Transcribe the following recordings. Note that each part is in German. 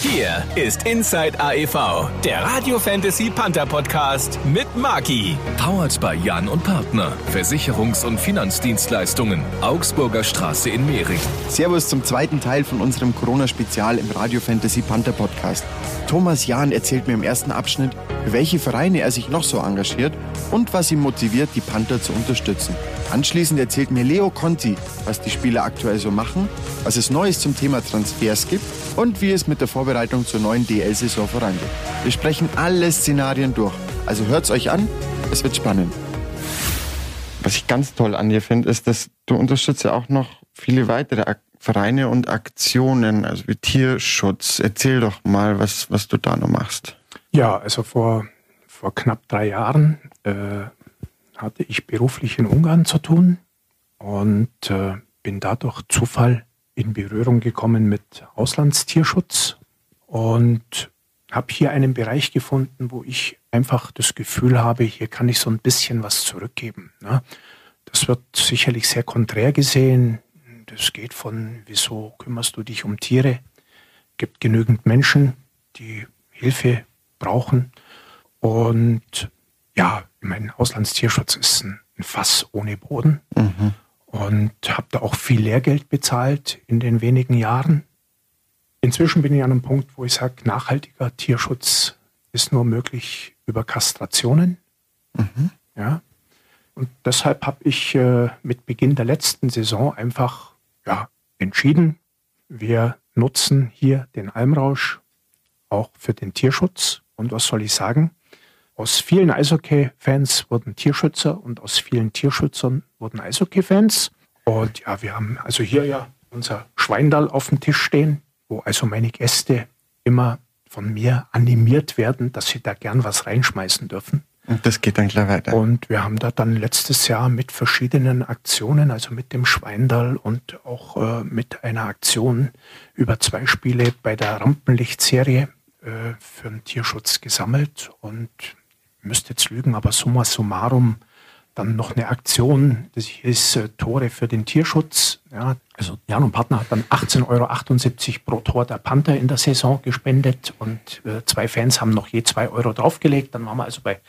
Hier ist Inside AEV, der Radio Fantasy Panther Podcast mit Maki. Powered by Jan und Partner. Versicherungs- und Finanzdienstleistungen. Augsburger Straße in Mehring. Servus zum zweiten Teil von unserem Corona-Spezial im Radio Fantasy Panther Podcast. Thomas Jahn erzählt mir im ersten Abschnitt, für welche Vereine er sich noch so engagiert und was ihn motiviert, die Panther zu unterstützen. Anschließend erzählt mir Leo Conti, was die Spieler aktuell so machen, was es Neues zum Thema Transfers gibt und wie es mit der Vorbereitung zur neuen DL-Saison vorangeht. Wir sprechen alle Szenarien durch, also hört's euch an, es wird spannend. Was ich ganz toll an dir finde, ist, dass du unterstützt ja auch noch viele weitere Vereine und Aktionen, also wie Tierschutz. Erzähl doch mal, was du da noch machst. Ja, also vor knapp 3 Jahren hatte ich beruflich in Ungarn zu tun und bin da durch Zufall in Berührung gekommen mit Auslandstierschutz und habe hier einen Bereich gefunden, wo ich einfach das Gefühl habe, hier kann ich so ein bisschen was zurückgeben. Ne? Das wird sicherlich sehr konträr gesehen. Das geht von, wieso kümmerst du dich um Tiere? Es gibt genügend Menschen, die Hilfe brauchen. Und ja, mein Auslandstierschutz ist ein Fass ohne Boden. Mhm. Und habe da auch viel Lehrgeld bezahlt in den wenigen Jahren. Inzwischen bin ich an einem Punkt, wo ich sage, nachhaltiger Tierschutz ist nur möglich über Kastrationen. Mhm. Ja. Und deshalb habe ich mit Beginn der letzten Saison einfach entschieden, wir nutzen hier den Almrausch auch für den Tierschutz. Und was soll ich sagen? Aus vielen Eishockey-Fans wurden Tierschützer und aus vielen Tierschützern wurden Eishockey-Fans. Und ja, wir haben also hier ja unser Schweindal auf dem Tisch stehen, wo also meine Gäste immer von mir animiert werden, dass sie da gern was reinschmeißen dürfen. Und das geht dann klar weiter. Und wir haben da dann letztes Jahr mit verschiedenen Aktionen, also mit dem Schweindal und auch mit einer Aktion über 2 Spiele bei der Rampenlichtserie für den Tierschutz gesammelt. Und ich müsste jetzt lügen, aber summa summarum dann noch eine Aktion, das hieß Tore für den Tierschutz. Ja, also Jan und Partner hat dann 18,78 € pro Tor der Panther in der Saison gespendet und 2 Fans haben noch je 2 € draufgelegt. Dann waren wir also bei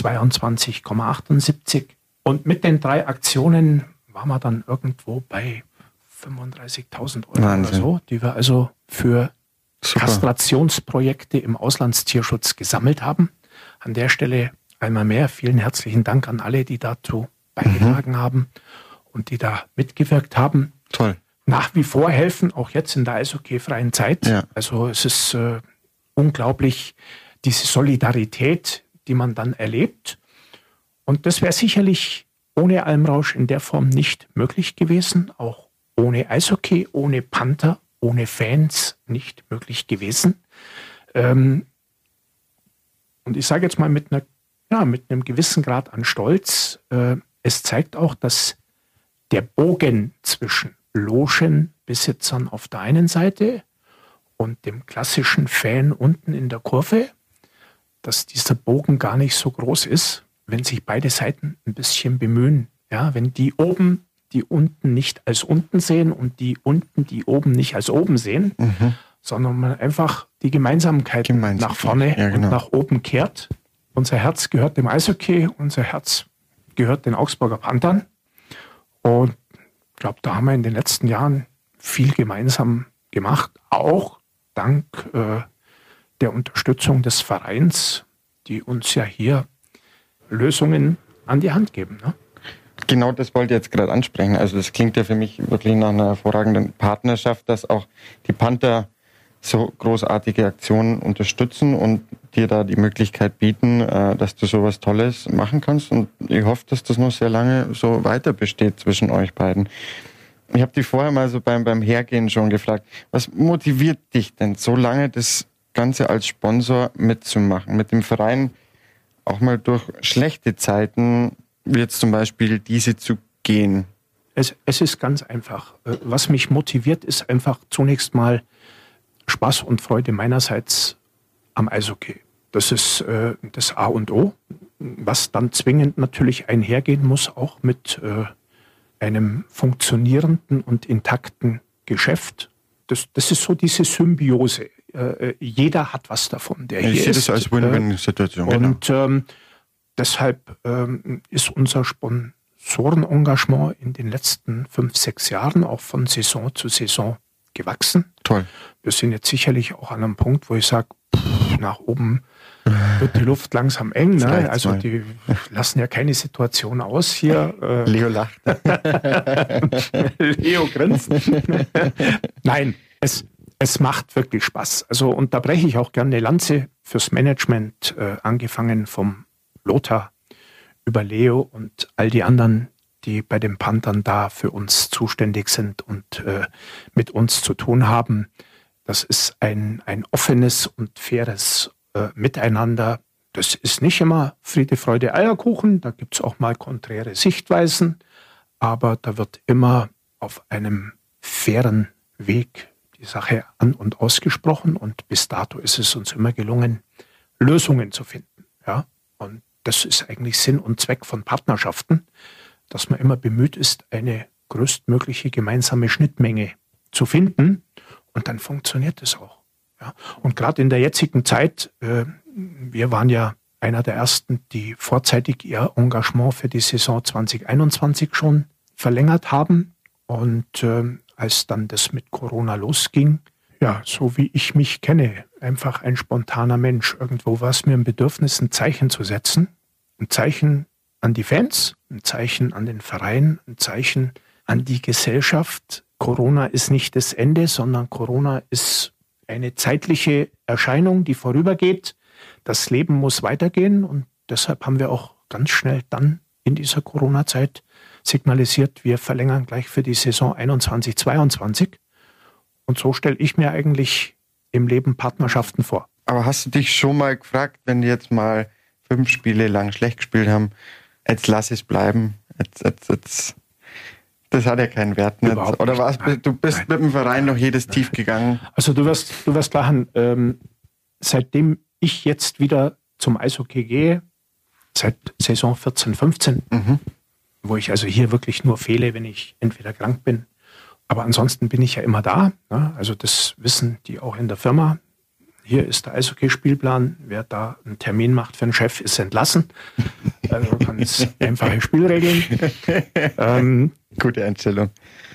22,78. Und mit den 3 Aktionen waren wir dann irgendwo bei 35.000 € oder so, die wir also für Kastrationsprojekte im Auslandstierschutz gesammelt haben. An der Stelle einmal mehr vielen herzlichen Dank an alle, die dazu beigetragen haben und die da mitgewirkt haben. Toll. Nach wie vor helfen, auch jetzt in der eishockeyfreien Zeit. Ja. Also es ist unglaublich, diese Solidarität, die man dann erlebt. Und das wäre sicherlich ohne Almrausch in der Form nicht möglich gewesen. Auch ohne Eishockey, ohne Panther, ohne Fans nicht möglich gewesen. Und ich sage jetzt mal mit einem gewissen Grad an Stolz, es zeigt auch, dass der Bogen zwischen Logenbesitzern auf der einen Seite und dem klassischen Fan unten in der Kurve, dass dieser Bogen gar nicht so groß ist, wenn sich beide Seiten ein bisschen bemühen. Ja, wenn die oben die unten nicht als unten sehen und die unten die oben nicht als oben sehen, sondern man einfach die Gemeinsamkeit nach vorne und nach oben kehrt. Unser Herz gehört dem Eishockey, unser Herz gehört den Augsburger Panthern. Und ich glaube, da haben wir in den letzten Jahren viel gemeinsam gemacht, auch dank der Unterstützung des Vereins, die uns ja hier Lösungen an die Hand geben. Ne? Genau das wollte ich jetzt gerade ansprechen. Also das klingt ja für mich wirklich nach einer hervorragenden Partnerschaft, dass auch die Panther so großartige Aktionen unterstützen und dir da die Möglichkeit bieten, dass du sowas Tolles machen kannst. Und ich hoffe, dass das noch sehr lange so weiter besteht zwischen euch beiden. Ich habe dich vorher mal so beim Hergehen schon gefragt, was motiviert dich denn so lange, das Ganze als Sponsor mitzumachen, mit dem Verein auch mal durch schlechte Zeiten, wie jetzt zum Beispiel diese zu gehen? Es ist ganz einfach. Was mich motiviert, ist einfach zunächst mal Spaß und Freude meinerseits am Eishockey. Das ist das A und O, was dann zwingend natürlich einhergehen muss, auch mit einem funktionierenden und intakten Geschäft. Das ist so diese Symbiose. jeder hat was davon, der ich hier ist. sehe das als Win-Win-Situation. Und deshalb ist unser Sponsorenengagement in den letzten 5-6 Jahren auch von Saison zu Saison gewachsen. Toll. Wir sind jetzt sicherlich auch an einem Punkt, wo ich sage, nach oben wird die Luft langsam eng. Ne? Also die lassen ja keine Situation aus hier. Leo lacht. Leo grinst. Nein, es macht wirklich Spaß. Also und da breche ich auch gerne eine Lanze fürs Management, angefangen vom Lothar über Leo und all die anderen, die bei den Panthern da für uns zuständig sind und mit uns zu tun haben. Das ist ein offenes und faires Miteinander. Das ist nicht immer Friede, Freude, Eierkuchen. Da gibt es auch mal konträre Sichtweisen. Aber da wird immer auf einem fairen Weg die Sache an- und ausgesprochen. Und bis dato ist es uns immer gelungen, Lösungen zu finden. Ja? Und das ist eigentlich Sinn und Zweck von Partnerschaften, dass man immer bemüht ist, eine größtmögliche gemeinsame Schnittmenge zu finden. Und dann funktioniert es auch. Ja. Und gerade in der jetzigen Zeit, wir waren ja einer der Ersten, die vorzeitig ihr Engagement für die Saison 2021 schon verlängert haben. Und als dann das mit Corona losging, ja, so wie ich mich kenne, einfach ein spontaner Mensch. Irgendwo war es mir ein Bedürfnis, ein Zeichen zu setzen. Ein Zeichen an die Fans, ein Zeichen an den Verein, ein Zeichen an die Gesellschaft. Corona ist nicht das Ende, sondern Corona ist eine zeitliche Erscheinung, die vorübergeht. Das Leben muss weitergehen und deshalb haben wir auch ganz schnell dann in dieser Corona-Zeit signalisiert, wir verlängern gleich für die Saison 21/22. Und so stelle ich mir eigentlich im Leben Partnerschaften vor. Aber hast du dich schon mal gefragt, wenn die jetzt mal 5 Spiele lang schlecht gespielt haben, jetzt lass es bleiben, jetzt das hat ja keinen Wert. Nicht? Oder was? Du bist mit dem Verein noch jedes Tief gegangen. Also du wirst lachen, seitdem ich jetzt wieder zum Eishockey gehe, seit Saison 14/15, wo ich also hier wirklich nur fehle, wenn ich entweder krank bin. Aber ansonsten bin ich ja immer da. Ne? Also das wissen die auch in der Firma. Hier ist der Eishockey-Spielplan. Wer da einen Termin macht für einen Chef, ist entlassen. Also ganz einfache Spielregeln. Gute Einstellung.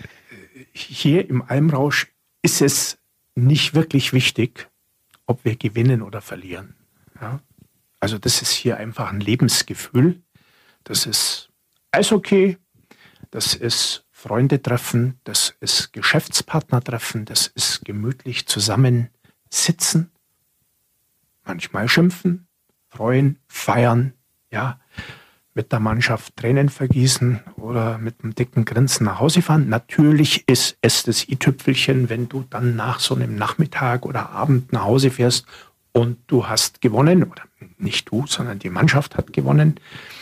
Hier im Almrausch ist es nicht wirklich wichtig, ob wir gewinnen oder verlieren. Ja? Also das ist hier einfach ein Lebensgefühl. Das ist Eishockey, das ist Freunde treffen, das ist Geschäftspartner treffen, das ist gemütlich zusammen sitzen, manchmal schimpfen, freuen, feiern, ja, mit der Mannschaft Tränen vergießen oder mit einem dicken Grinsen nach Hause fahren. Natürlich ist es das i-Tüpfelchen, wenn du dann nach so einem Nachmittag oder Abend nach Hause fährst und du hast gewonnen, oder nicht du, sondern die Mannschaft hat gewonnen.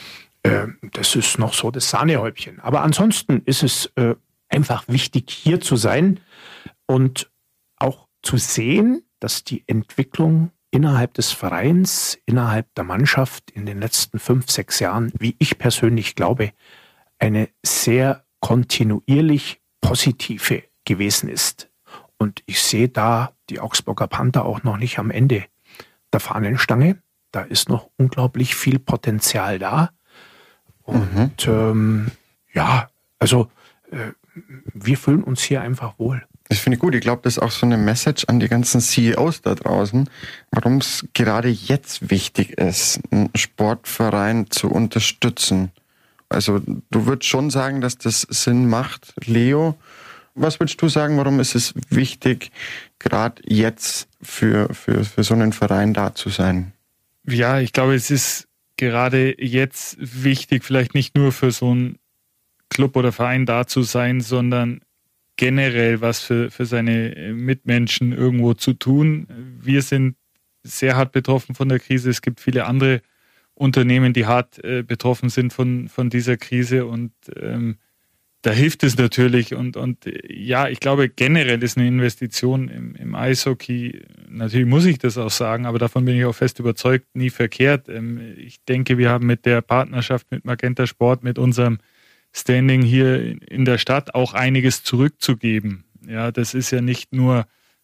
Das ist noch so das Sahnehäubchen. Aber ansonsten ist es einfach wichtig, hier zu sein und auch zu sehen, dass die Entwicklung innerhalb des Vereins, innerhalb der Mannschaft in den letzten 5-6 Jahren, wie ich persönlich glaube, eine sehr kontinuierlich positive gewesen ist. Und ich sehe da die Augsburger Panther auch noch nicht am Ende der Fahnenstange. Da ist noch unglaublich viel Potenzial da. Und wir fühlen uns hier einfach wohl. Das finde ich gut. Ich glaube, das ist auch so eine Message an die ganzen CEOs da draußen, warum es gerade jetzt wichtig ist, einen Sportverein zu unterstützen. Also du würdest schon sagen, dass das Sinn macht. Leo, was würdest du sagen, warum ist es wichtig, gerade jetzt für so einen Verein da zu sein? Ja, ich glaube, es ist gerade jetzt wichtig, vielleicht nicht nur für so einen Club oder Verein da zu sein, sondern generell was für seine Mitmenschen irgendwo zu tun. Wir sind sehr hart betroffen von der Krise. Es gibt viele andere Unternehmen, die hart betroffen sind von dieser Krise und da hilft es natürlich und ja, ich glaube generell ist eine Investition im Eishockey, natürlich muss ich das auch sagen, aber davon bin ich auch fest überzeugt, nie verkehrt. Ich denke, wir haben mit der Partnerschaft mit Magenta Sport, mit unserem Standing hier in der Stadt auch einiges zurückzugeben. Ja, das ist ja nicht nur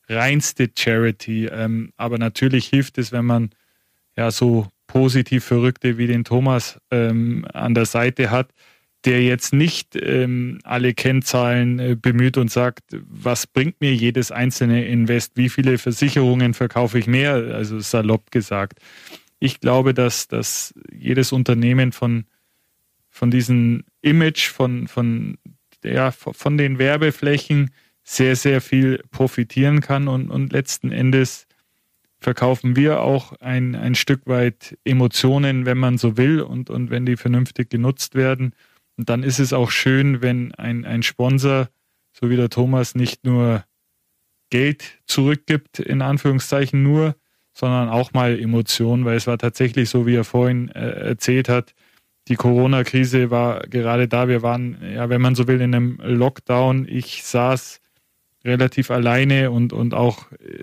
reinste Charity. Aber natürlich hilft es, wenn man ja so positiv Verrückte wie den Thomas an der Seite hat, der jetzt nicht alle Kennzahlen bemüht und sagt, was bringt mir jedes einzelne Invest, wie viele Versicherungen verkaufe ich mehr, also salopp gesagt. Ich glaube, dass jedes Unternehmen von diesem Image, von den Werbeflächen sehr, sehr viel profitieren kann und letzten Endes verkaufen wir auch ein Stück weit Emotionen, wenn man so will und wenn die vernünftig genutzt werden. Und dann ist es auch schön, wenn ein Sponsor, so wie der Thomas, nicht nur Geld zurückgibt, in Anführungszeichen nur, sondern auch mal Emotionen, weil es war tatsächlich so, wie er vorhin erzählt hat, die Corona-Krise war gerade da. Wir waren, ja, wenn man so will, in einem Lockdown. Ich saß relativ alleine und auch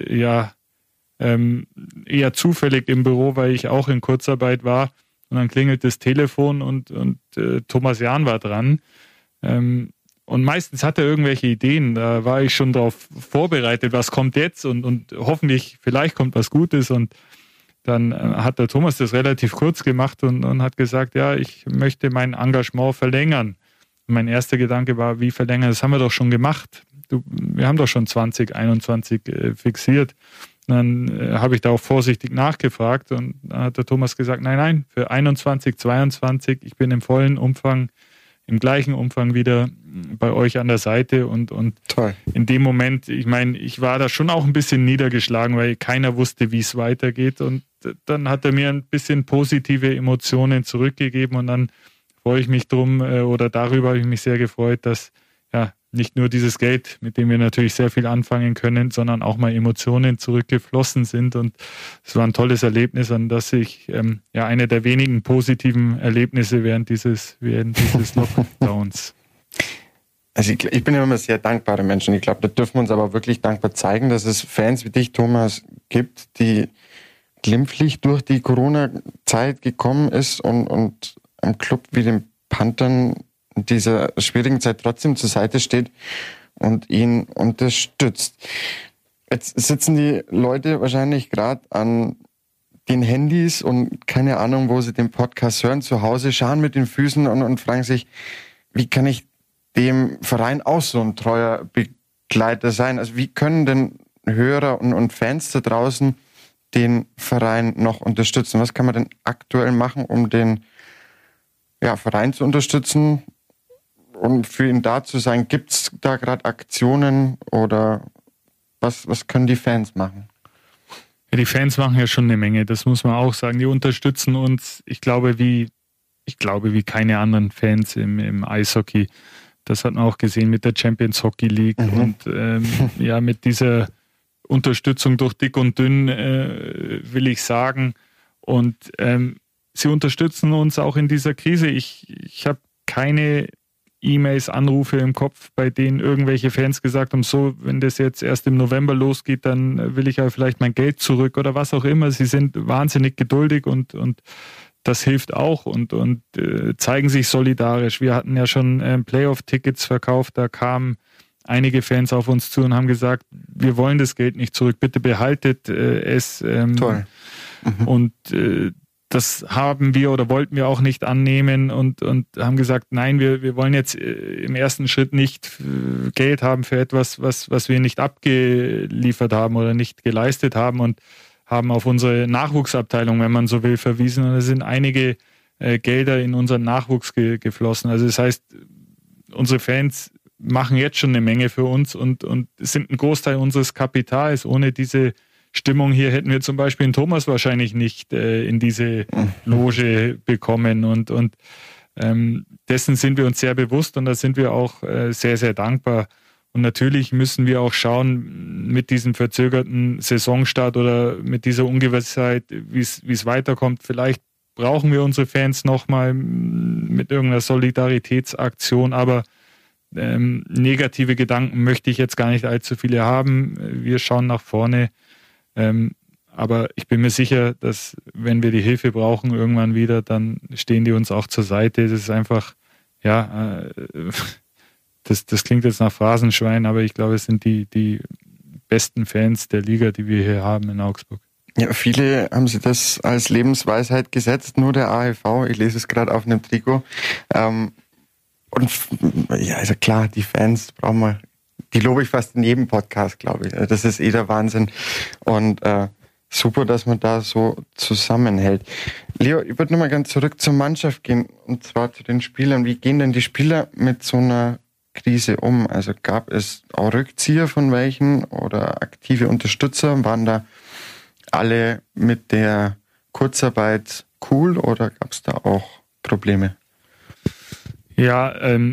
eher zufällig im Büro, weil ich auch in Kurzarbeit war. Und dann klingelt das Telefon und Thomas Jahn war dran. Und meistens hat er irgendwelche Ideen. Da war ich schon darauf vorbereitet, was kommt jetzt und hoffentlich, vielleicht kommt was Gutes. Und dann hat der Thomas das relativ kurz gemacht und hat gesagt, ja, ich möchte mein Engagement verlängern. Und mein erster Gedanke war, wie verlängern? Das haben wir doch schon gemacht. Wir haben doch schon 2021 fixiert. Dann habe ich da auch vorsichtig nachgefragt und dann hat der Thomas gesagt, nein, für 21, 22, ich bin im vollen Umfang, im gleichen Umfang wieder bei euch an der Seite und toll. In dem Moment, ich meine, ich war da schon auch ein bisschen niedergeschlagen, weil keiner wusste, wie es weitergeht und dann hat er mir ein bisschen positive Emotionen zurückgegeben und dann freue ich mich darüber habe ich mich sehr gefreut, dass ja nicht nur dieses Geld, mit dem wir natürlich sehr viel anfangen können, sondern auch mal Emotionen zurückgeflossen sind. Und es war ein tolles Erlebnis, an das ich eine der wenigen positiven Erlebnisse während dieses Lockdowns. Also ich bin ja immer sehr dankbare Menschen. Ich glaube, da dürfen wir uns aber wirklich dankbar zeigen, dass es Fans wie dich, Thomas, gibt, die glimpflich durch die Corona-Zeit gekommen ist und einem Club wie den Panthern in dieser schwierigen Zeit trotzdem zur Seite steht und ihn unterstützt. Jetzt sitzen die Leute wahrscheinlich gerade an den Handys und keine Ahnung, wo sie den Podcast hören, zu Hause, schauen mit den Füßen und fragen sich, wie kann ich dem Verein auch so ein treuer Begleiter sein? Also wie können denn Hörer und Fans da draußen den Verein noch unterstützen? Was kann man denn aktuell machen, um den Verein zu unterstützen? Und für ihn da zu sein, gibt es da gerade Aktionen oder was können die Fans machen? Ja, die Fans machen ja schon eine Menge, das muss man auch sagen. Die unterstützen uns, ich glaube, wie keine anderen Fans im Eishockey. Das hat man auch gesehen mit der Champions Hockey League und mit dieser Unterstützung durch dick und dünn, will ich sagen. Und sie unterstützen uns auch in dieser Krise. Ich habe keine E-Mails, Anrufe im Kopf, bei denen irgendwelche Fans gesagt haben, so, wenn das jetzt erst im November losgeht, dann will ich ja vielleicht mein Geld zurück oder was auch immer. Sie sind wahnsinnig geduldig und das hilft auch und zeigen sich solidarisch. Wir hatten ja schon Playoff-Tickets verkauft, da kamen einige Fans auf uns zu und haben gesagt, wir wollen das Geld nicht zurück, bitte behaltet es. Toll. Und das haben wir oder wollten wir auch nicht annehmen und haben gesagt, nein, wir wollen jetzt im ersten Schritt nicht Geld haben für etwas, was wir nicht abgeliefert haben oder nicht geleistet haben und haben auf unsere Nachwuchsabteilung, wenn man so will, verwiesen. Und es sind einige Gelder in unseren Nachwuchs geflossen. Also das heißt, unsere Fans machen jetzt schon eine Menge für uns und sind ein Großteil unseres Kapitals. Ohne diese Stimmung hier hätten wir zum Beispiel den Thomas wahrscheinlich nicht in diese Loge bekommen und dessen sind wir uns sehr bewusst und da sind wir auch sehr, sehr dankbar. Und natürlich müssen wir auch schauen, mit diesem verzögerten Saisonstart oder mit dieser Ungewissheit, wie es weiterkommt. Vielleicht brauchen wir unsere Fans nochmal mit irgendeiner Solidaritätsaktion, aber negative Gedanken möchte ich jetzt gar nicht allzu viele haben. Wir schauen nach vorne. Aber ich bin mir sicher, dass wenn wir die Hilfe brauchen irgendwann wieder, dann stehen die uns auch zur Seite. Das ist einfach, das klingt jetzt nach Phrasenschwein, aber ich glaube, es sind die besten Fans der Liga, die wir hier haben in Augsburg. Ja, viele haben sich das als Lebensweisheit gesetzt, nur der AEV. Ich lese es gerade auf einem Trikot. Und ja, also klar, die Fans brauchen wir, die lobe ich fast in jedem Podcast, glaube ich. Das ist der Wahnsinn. Und super, dass man da so zusammenhält. Leo, ich würde nochmal ganz zurück zur Mannschaft gehen, und zwar zu den Spielern. Wie gehen denn die Spieler mit so einer Krise um? Also gab es auch Rückzieher von welchen oder aktive Unterstützer? Waren da alle mit der Kurzarbeit cool oder gab es da auch Probleme? Ja,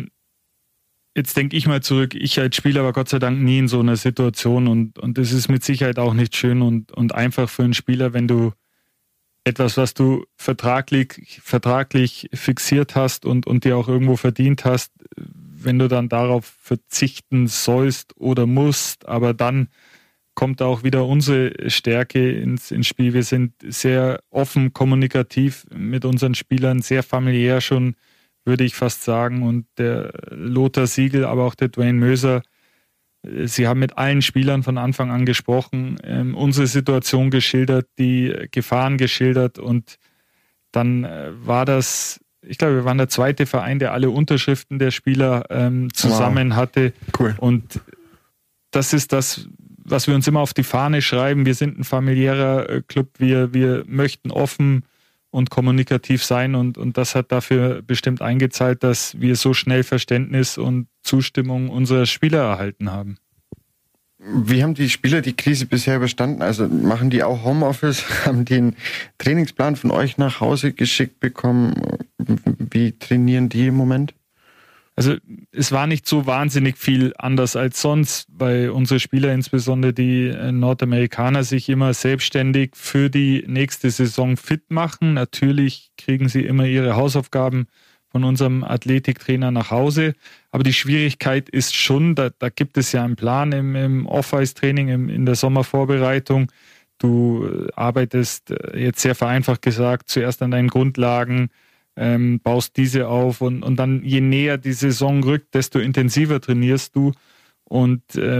jetzt denke ich mal zurück, ich als Spieler war Gott sei Dank nie in so einer Situation und es ist mit Sicherheit auch nicht schön und einfach für einen Spieler, wenn du etwas, was du vertraglich fixiert hast und dir auch irgendwo verdient hast, wenn du dann darauf verzichten sollst oder musst, aber dann kommt auch wieder unsere Stärke ins Spiel. Wir sind sehr offen, kommunikativ mit unseren Spielern, sehr familiär schon, würde ich fast sagen. Und der Lothar Siegel, aber auch der Dwayne Möser, sie haben mit allen Spielern von Anfang an gesprochen, unsere Situation geschildert, die Gefahren geschildert. Und dann war das, ich glaube, wir waren der zweite Verein, der alle Unterschriften der Spieler zusammen hatte. Cool. Und das ist das, was wir uns immer auf die Fahne schreiben. Wir sind ein familiärer Club, wir möchten offen und kommunikativ sein und das hat dafür bestimmt eingezahlt, dass wir so schnell Verständnis und Zustimmung unserer Spieler erhalten haben. Wie haben die Spieler die Krise bisher überstanden? Also machen die auch Homeoffice? Haben die einen Trainingsplan von euch nach Hause geschickt bekommen? Wie trainieren die im Moment? Also es war nicht so wahnsinnig viel anders als sonst, weil unsere Spieler, insbesondere die Nordamerikaner, sich immer selbstständig für die nächste Saison fit machen. Natürlich kriegen sie immer ihre Hausaufgaben von unserem Athletiktrainer nach Hause. Aber die Schwierigkeit ist schon, da gibt es ja einen Plan im Off-Ice-Training, in der Sommervorbereitung. Du arbeitest jetzt sehr vereinfacht gesagt zuerst an deinen Grundlagen, baust diese auf und dann je näher die Saison rückt, desto intensiver trainierst du und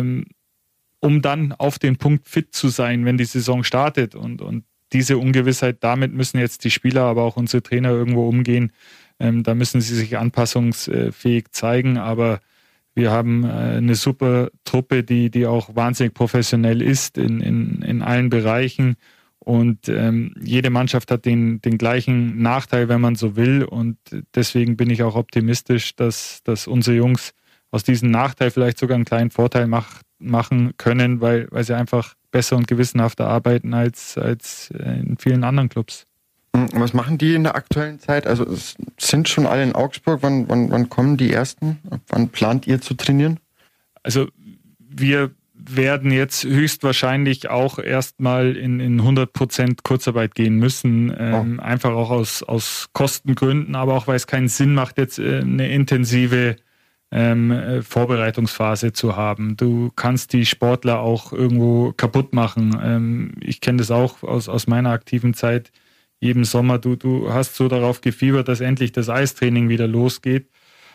um dann auf den Punkt fit zu sein, wenn die Saison startet und diese Ungewissheit, damit müssen jetzt die Spieler, aber auch unsere Trainer irgendwo umgehen, da müssen sie sich anpassungsfähig zeigen, aber wir haben eine super Truppe, die auch wahnsinnig professionell ist in allen Bereichen. Und jede Mannschaft hat den gleichen Nachteil, wenn man so will. Und deswegen bin ich auch optimistisch, dass unsere Jungs aus diesem Nachteil vielleicht sogar einen kleinen Vorteil machen können, weil sie einfach besser und gewissenhafter arbeiten als in vielen anderen Clubs. Was machen die in der aktuellen Zeit? Also es sind schon alle in Augsburg. Wann kommen die Ersten? Wann plant ihr zu trainieren? Also wir werden jetzt höchstwahrscheinlich auch erstmal in 100% Kurzarbeit gehen müssen. Einfach auch aus Kostengründen, aber auch weil es keinen Sinn macht, jetzt eine intensive Vorbereitungsphase zu haben. Du kannst die Sportler auch irgendwo kaputt machen. Ich kenne das auch aus meiner aktiven Zeit. Jeden Sommer, du hast so darauf gefiebert, dass endlich das Eistraining wieder losgeht.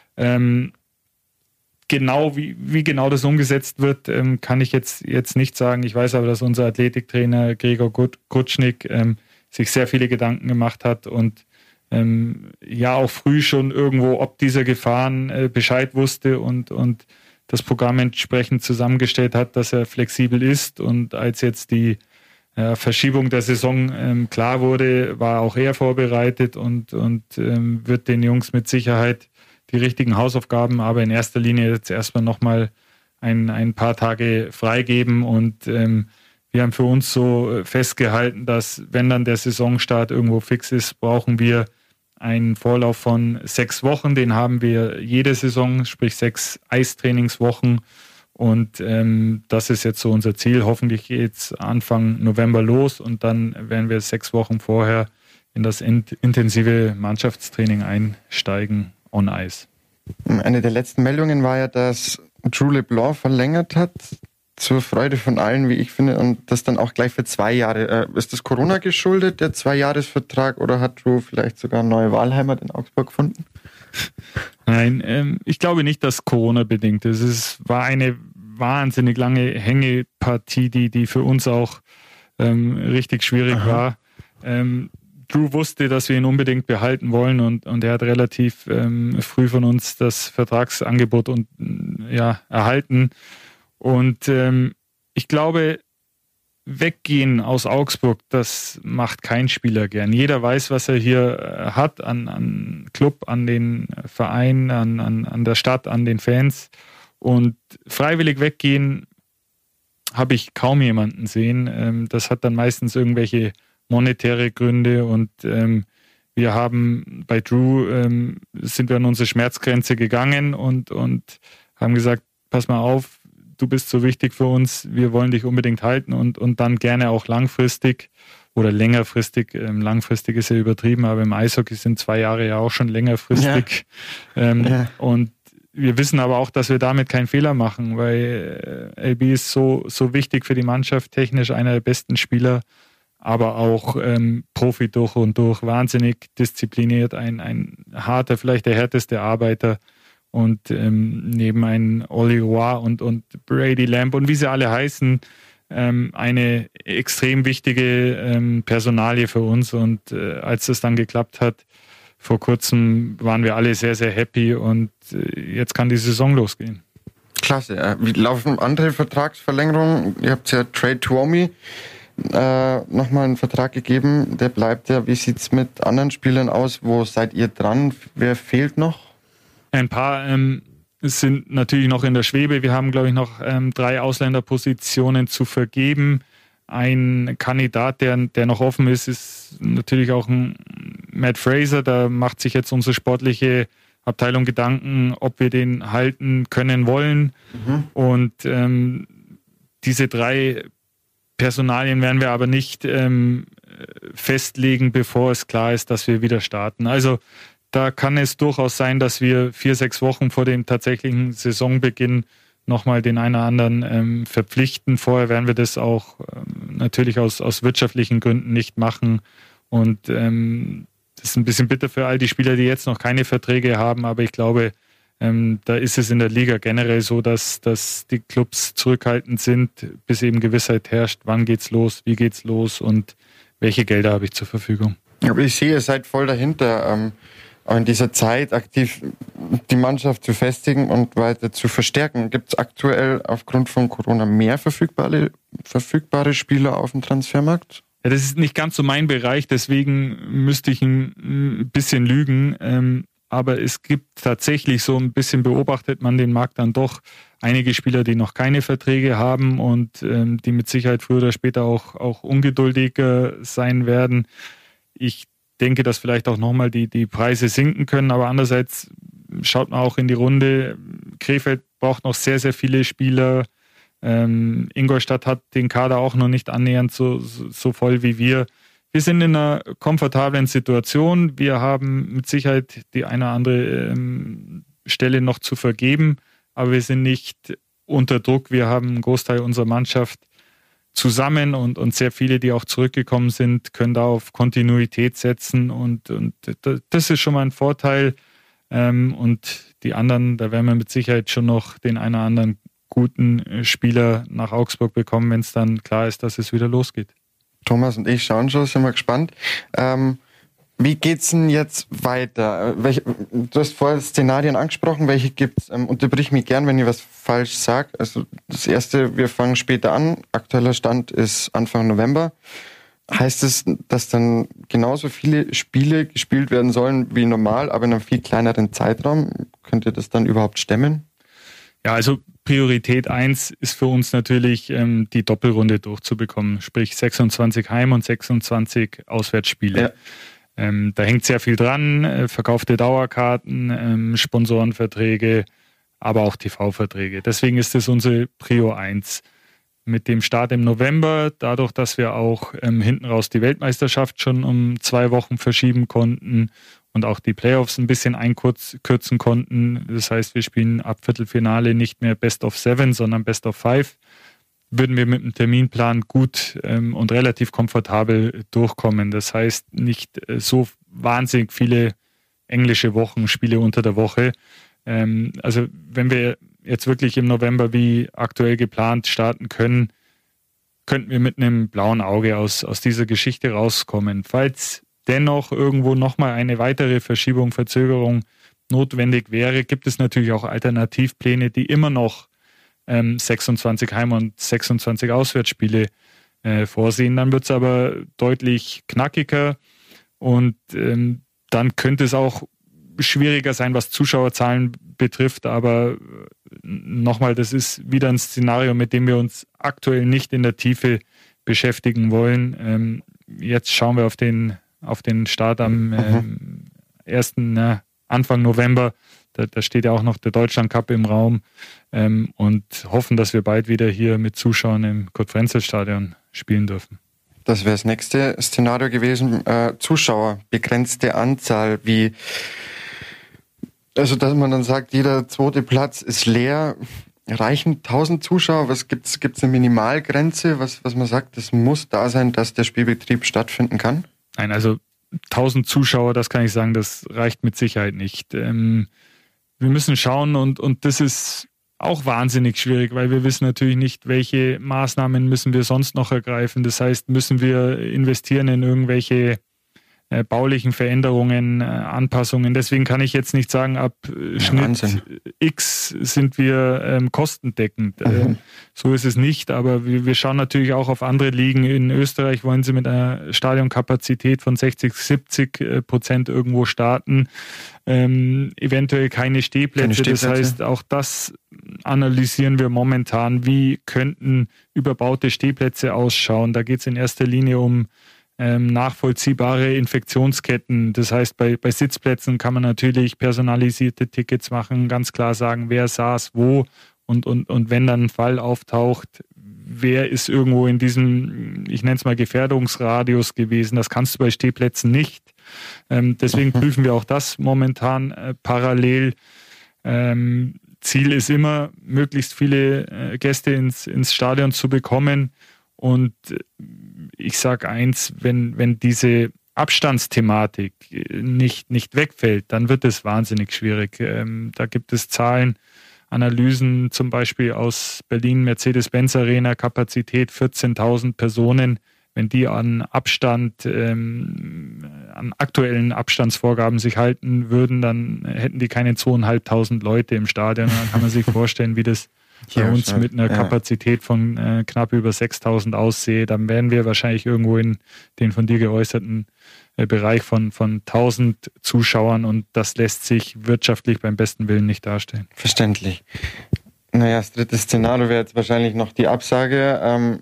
Genau, wie genau das umgesetzt wird, kann ich jetzt nicht sagen. Ich weiß aber, dass unser Athletiktrainer Gregor Grutschnik sich sehr viele Gedanken gemacht hat und ja auch früh schon irgendwo ob dieser Gefahren Bescheid wusste und das Programm entsprechend zusammengestellt hat, dass er flexibel ist. Und als jetzt die Verschiebung der Saison klar wurde, war auch er vorbereitet und wird den Jungs mit Sicherheit die richtigen Hausaufgaben, aber in erster Linie jetzt erstmal nochmal ein paar Tage freigeben und wir haben für uns so festgehalten, dass wenn dann der Saisonstart irgendwo fix ist, brauchen wir einen Vorlauf von 6 Wochen, den haben wir jede Saison, sprich 6 Eistrainingswochen und das ist jetzt so unser Ziel. Hoffentlich geht es Anfang November los und dann werden wir 6 Wochen vorher in das intensive Mannschaftstraining einsteigen. On Ice. Eine der letzten Meldungen war ja, dass Drew LeBlanc verlängert hat, zur Freude von allen, wie ich finde, und das dann auch gleich für 2 Jahre. Ist das Corona geschuldet, der 2-Jahres-Vertrag, oder hat Drew vielleicht sogar eine neue Wahlheimat in Augsburg gefunden? Nein, ich glaube nicht, dass Corona bedingt ist. Es war eine wahnsinnig lange Hängepartie, die für uns auch richtig schwierig war. Drew wusste, dass wir ihn unbedingt behalten wollen und er hat relativ früh von uns das Vertragsangebot erhalten. Und ich glaube, weggehen aus Augsburg, das macht kein Spieler gern. Jeder weiß, was er hier hat an Club, an den Verein, an der Stadt, an den Fans. Und freiwillig weggehen habe ich kaum jemanden sehen. Das hat dann meistens irgendwelche monetäre Gründe und wir haben bei Drew sind wir an unsere Schmerzgrenze gegangen und haben gesagt, pass mal auf, du bist so wichtig für uns, wir wollen dich unbedingt halten und dann gerne auch langfristig oder längerfristig. Langfristig ist ja übertrieben, aber im Eishockey sind 2 Jahre ja auch schon längerfristig. Und wir wissen aber auch, dass wir damit keinen Fehler machen, weil LB ist so wichtig für die Mannschaft, technisch einer der besten Spieler, aber auch Profi durch und durch, wahnsinnig diszipliniert, ein harter, vielleicht der härteste Arbeiter. Und neben einen Olli Roy und Brady Lamb und wie sie alle heißen, eine extrem wichtige Personalie für uns. Und als das dann geklappt hat, vor kurzem waren wir alle sehr, sehr happy und jetzt kann die Saison losgehen. Klasse. Wie laufen andere Vertragsverlängerungen? Ihr habt ja Trey Tuomi nochmal einen Vertrag gegeben, der bleibt ja. Wie sieht es mit anderen Spielern aus? Wo seid ihr dran? Wer fehlt noch? Ein paar sind natürlich noch in der Schwebe. Wir haben, glaube ich, noch 3 Ausländerpositionen zu vergeben. Ein Kandidat, der noch offen ist natürlich auch ein Matt Fraser. Da macht sich jetzt unsere sportliche Abteilung Gedanken, ob wir den halten können wollen. Und diese 3 Personalien werden wir aber nicht festlegen, bevor es klar ist, dass wir wieder starten. Also da kann es durchaus sein, dass wir 4-6 Wochen vor dem tatsächlichen Saisonbeginn nochmal den einen oder anderen verpflichten. Vorher werden wir das auch natürlich aus wirtschaftlichen Gründen nicht machen. Und das ist ein bisschen bitter für all die Spieler, die jetzt noch keine Verträge haben. Aber ich glaube, da ist es in der Liga generell so, dass die Clubs zurückhaltend sind, bis eben Gewissheit herrscht, wann geht's los, wie geht's los und welche Gelder habe ich zur Verfügung. Aber ich sehe, ihr seid voll dahinter, in dieser Zeit aktiv die Mannschaft zu festigen und weiter zu verstärken. Gibt es aktuell aufgrund von Corona mehr verfügbare Spieler auf dem Transfermarkt? Ja, das ist nicht ganz so mein Bereich, deswegen müsste ich ein bisschen lügen. Aber es gibt tatsächlich so ein bisschen, beobachtet man den Markt dann doch, einige Spieler, die noch keine Verträge haben und die mit Sicherheit früher oder später auch ungeduldiger sein werden. Ich denke, dass vielleicht auch nochmal die Preise sinken können, aber andererseits schaut man auch in die Runde. Krefeld braucht noch sehr, sehr viele Spieler. Ingolstadt hat den Kader auch noch nicht annähernd so voll wie wir. Wir sind in einer komfortablen Situation. Wir haben mit Sicherheit die eine oder andere Stelle noch zu vergeben, aber wir sind nicht unter Druck. Wir haben einen Großteil unserer Mannschaft zusammen und sehr viele, die auch zurückgekommen sind, können da auf Kontinuität setzen und das ist schon mal ein Vorteil. Und die anderen, da werden wir mit Sicherheit schon noch den einen oder anderen guten Spieler nach Augsburg bekommen, wenn es dann klar ist, dass es wieder losgeht. Thomas und ich schauen schon, sind wir gespannt. Wie geht's denn jetzt weiter? Du hast vorher Szenarien angesprochen, welche gibt's? Unterbrich mich gern, wenn ich was falsch sage. Also das erste, wir fangen später an. Aktueller Stand ist Anfang November. Heißt es, dass dann genauso viele Spiele gespielt werden sollen wie normal, aber in einem viel kleineren Zeitraum? Könnt ihr das dann überhaupt stemmen? Ja, also Priorität 1 ist für uns natürlich, die Doppelrunde durchzubekommen. Sprich 26 Heim- und 26 Auswärtsspiele. Ja. Da hängt sehr viel dran, verkaufte Dauerkarten, Sponsorenverträge, aber auch TV-Verträge. Deswegen ist es unsere Prio 1. Mit dem Start im November, dadurch, dass wir auch hinten raus die Weltmeisterschaft schon um 2 Wochen verschieben konnten und auch die Playoffs ein bisschen einkürzen konnten. Das heißt, wir spielen ab Viertelfinale nicht mehr Best of 7, sondern Best of 5. Würden wir mit dem Terminplan gut und relativ komfortabel durchkommen. Das heißt, nicht so wahnsinnig viele englische Wochenspiele unter der Woche. Also wenn wir jetzt wirklich im November wie aktuell geplant starten können, könnten wir mit einem blauen Auge aus dieser Geschichte rauskommen. Falls dennoch irgendwo nochmal eine weitere Verschiebung, Verzögerung notwendig wäre, gibt es natürlich auch Alternativpläne, die immer noch 26 Heim- und 26 Auswärtsspiele vorsehen. Dann wird es aber deutlich knackiger und dann könnte es auch schwieriger sein, was Zuschauerzahlen betrifft. Aber nochmal, das ist wieder ein Szenario, mit dem wir uns aktuell nicht in der Tiefe beschäftigen wollen. Jetzt schauen wir auf den Start am 1. Anfang November. Da steht ja auch noch der Deutschland Cup im Raum und hoffen, dass wir bald wieder hier mit Zuschauern im Kurt-Frenzel-Stadion spielen dürfen. Das wäre das nächste Szenario gewesen. Zuschauer, begrenzte Anzahl, also dass man dann sagt, jeder zweite Platz ist leer. Reichen 1000 Zuschauer? Was gibt's eine Minimalgrenze, was man sagt, das muss da sein, dass der Spielbetrieb stattfinden kann? Nein, also 1000 Zuschauer, das kann ich sagen, das reicht mit Sicherheit nicht. Wir müssen schauen und das ist auch wahnsinnig schwierig, weil wir wissen natürlich nicht, welche Maßnahmen müssen wir sonst noch ergreifen. Das heißt, müssen wir investieren in irgendwelche baulichen Veränderungen, Anpassungen. Deswegen kann ich jetzt nicht sagen, ab Schnitt Wahnsinn. X sind wir kostendeckend. So ist es nicht, aber wir schauen natürlich auch auf andere Ligen. In Österreich wollen sie mit einer Stadionkapazität von 60-70% irgendwo starten. Eventuell keine Stehplätze. Das heißt, auch das analysieren wir momentan. Wie könnten überbaute Stehplätze ausschauen? Da geht es in erster Linie um nachvollziehbare Infektionsketten. Das heißt, bei Sitzplätzen kann man natürlich personalisierte Tickets machen, ganz klar sagen, wer saß wo und wenn dann ein Fall auftaucht, wer ist irgendwo in diesem, ich nenne es mal Gefährdungsradius gewesen. Das kannst du bei Stehplätzen nicht. Deswegen prüfen wir auch das momentan parallel. Ziel ist immer, möglichst viele Gäste ins Stadion zu bekommen. Und ich sage eins, wenn diese Abstandsthematik nicht wegfällt, dann wird es wahnsinnig schwierig. Da gibt es Zahlen, Analysen zum Beispiel aus Berlin, Mercedes-Benz Arena, Kapazität 14.000 Personen. Wenn die an Abstand, an aktuellen Abstandsvorgaben sich halten würden, dann hätten die keine 2.500 Leute im Stadion. Dann kann man sich vorstellen, wie das bei uns mit einer Kapazität von knapp über 6.000 aussehe. Dann wären wir wahrscheinlich irgendwo in den von dir geäußerten Bereich von 1.000 Zuschauern und das lässt sich wirtschaftlich beim besten Willen nicht darstellen. Verständlich. Naja, das dritte Szenario wäre jetzt wahrscheinlich noch die Absage,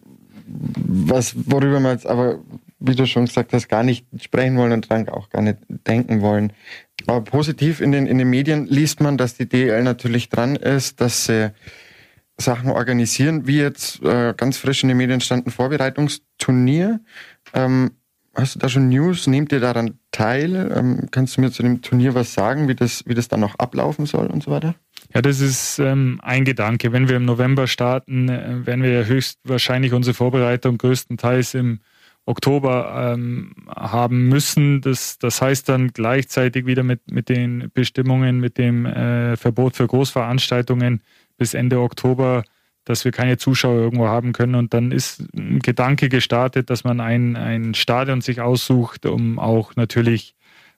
worüber wir jetzt aber, wie du schon gesagt hast, gar nicht sprechen wollen und dann auch gar nicht denken wollen. Aber positiv in den Medien liest man, dass die DEL natürlich dran ist, dass sie Sachen organisieren, wie jetzt ganz frisch in den Medien stand, ein Vorbereitungsturnier. Hast du da schon News? Nehmt ihr daran teil? Kannst du mir zu dem Turnier was sagen, wie das dann noch ablaufen soll und so weiter? Ja, das ist ein Gedanke. Wenn wir im November starten, werden wir ja höchstwahrscheinlich unsere Vorbereitung größtenteils im Oktober haben müssen. Das heißt dann gleichzeitig wieder mit den Bestimmungen, mit dem Verbot für Großveranstaltungen bis Ende Oktober, dass wir keine Zuschauer irgendwo haben können. Und dann ist ein Gedanke gestartet, dass man ein Stadion sich aussucht, um auch natürlich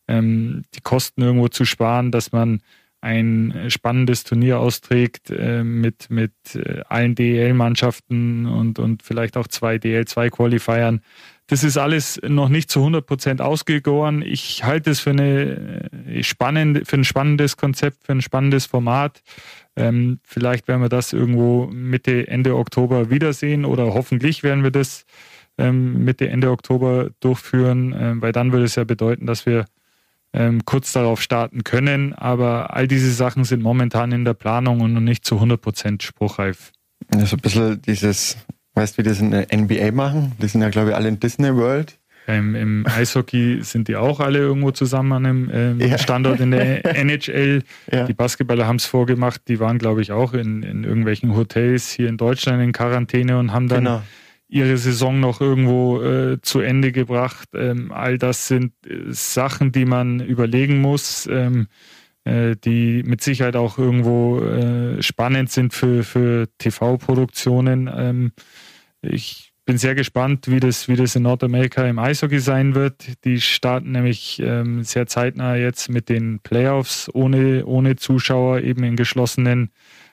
die Kosten irgendwo zu sparen, dass man ein spannendes Turnier austrägt mit allen DEL-Mannschaften und vielleicht auch 2 DL2-Qualifiern. Das ist alles noch nicht zu 100% ausgegoren. Ich halte es für ein spannendes Konzept, für ein spannendes Format. Vielleicht werden wir das irgendwo Mitte, Ende Oktober wiedersehen oder hoffentlich werden wir das Mitte, Ende Oktober durchführen, weil dann würde es ja bedeuten, dass wir kurz darauf starten können. Aber all diese Sachen sind momentan in der Planung und noch nicht zu 100% spruchreif. Also ein bisschen dieses, weißt du, wie die das in der NBA machen? Die sind ja, glaube ich, alle in Disney World. Im Eishockey sind die auch alle irgendwo zusammen an einem Standort in der NHL. Ja. Die Basketballer haben es vorgemacht, die waren, glaube ich, auch in irgendwelchen Hotels hier in Deutschland in Quarantäne und haben dann ihre Saison noch irgendwo zu Ende gebracht. All das sind Sachen, die man überlegen muss. die mit Sicherheit auch irgendwo spannend sind für TV-Produktionen. Ich bin sehr gespannt, wie das in Nordamerika im Eishockey sein wird. Die starten nämlich sehr zeitnah jetzt mit den Playoffs ohne Zuschauer, eben in geschlossenen,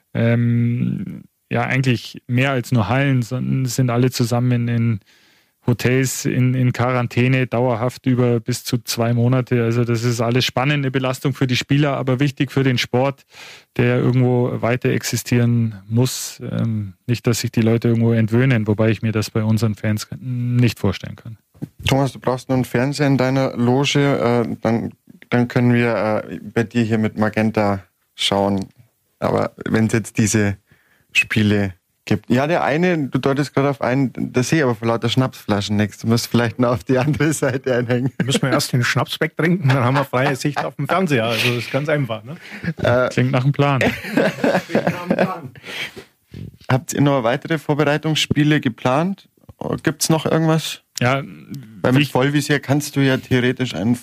eigentlich mehr als nur Hallen, sondern sind alle zusammen in Hotels in Quarantäne, dauerhaft über bis zu 2 Monate. Also das ist alles spannende Belastung für die Spieler, aber wichtig für den Sport, der irgendwo weiter existieren muss. Nicht, dass sich die Leute irgendwo entwöhnen, wobei ich mir das bei unseren Fans nicht vorstellen kann. Thomas, du brauchst nur einen Fernseher in deiner Loge, dann können wir bei dir hier mit Magenta schauen. Aber wenn es jetzt diese Spiele gibt. Ja, der eine, du deutest gerade auf einen, da sehe ich aber vor lauter Schnapsflaschen nichts. Du musst vielleicht noch auf die andere Seite einhängen. Müssen wir erst den Schnaps wegtrinken, dann haben wir freie Sicht auf dem Fernseher. Also das ist ganz einfach. Ne? Klingt nach einem Plan. Habt ihr noch weitere Vorbereitungsspiele geplant? Gibt es noch irgendwas? Ja, weil mit Vollvisier kannst du ja theoretisch ein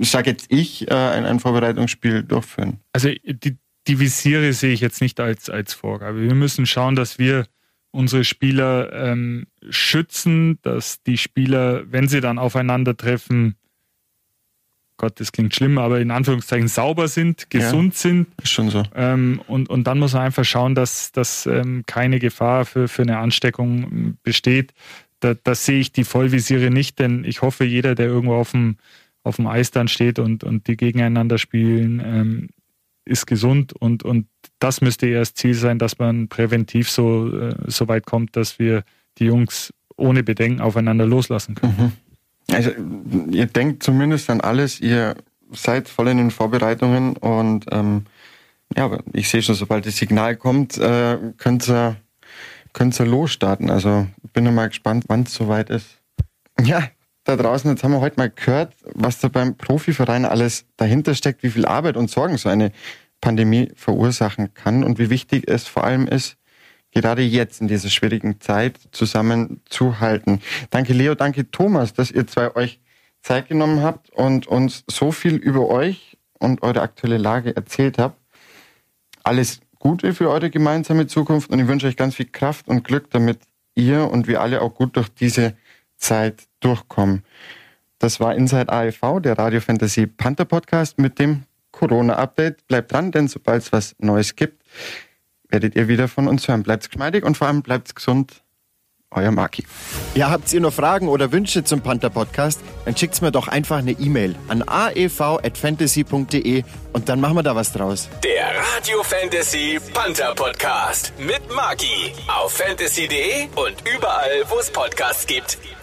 Vorbereitungsspiel durchführen. Also die Visiere sehe ich jetzt nicht als Vorgabe. Wir müssen schauen, dass wir unsere Spieler schützen, dass die Spieler, wenn sie dann aufeinandertreffen, Gott, das klingt schlimm, aber in Anführungszeichen sauber sind, gesund sind. Ist schon so. Und dann muss man einfach schauen, dass keine Gefahr für eine Ansteckung besteht. Da sehe ich die Vollvisiere nicht, denn ich hoffe, jeder, der irgendwo auf dem Eis dann steht und die gegeneinander spielen, ist gesund und das müsste eher das Ziel sein, dass man präventiv so weit kommt, dass wir die Jungs ohne Bedenken aufeinander loslassen können. Also ihr denkt zumindest an alles, ihr seid voll in den Vorbereitungen und aber ich sehe schon, sobald das Signal kommt, könnt ihr losstarten. Also bin mal gespannt, wann es soweit ist. Ja, da draußen, jetzt haben wir heute mal gehört, was da beim Profiverein alles dahinter steckt, wie viel Arbeit und Sorgen so eine Pandemie verursachen kann und wie wichtig es vor allem ist, gerade jetzt in dieser schwierigen Zeit zusammenzuhalten. Danke Leo, danke Thomas, dass ihr zwei euch Zeit genommen habt und uns so viel über euch und eure aktuelle Lage erzählt habt. Alles Gute für eure gemeinsame Zukunft und ich wünsche euch ganz viel Kraft und Glück, damit ihr und wir alle auch gut durch diese Zeit durchkommen. Das war Inside AEV, der Radio Fantasy Panther Podcast mit dem Corona-Update. Bleibt dran, denn sobald es was Neues gibt, werdet ihr wieder von uns hören. Bleibt geschmeidig und vor allem bleibt gesund. Euer Maki. Ja, habt ihr noch Fragen oder Wünsche zum Panther Podcast? Dann schickt's mir doch einfach eine E-Mail an aev@fantasy.de und dann machen wir da was draus. Der Radio Fantasy Panther Podcast mit Maki auf fantasy.de und überall, wo es Podcasts gibt.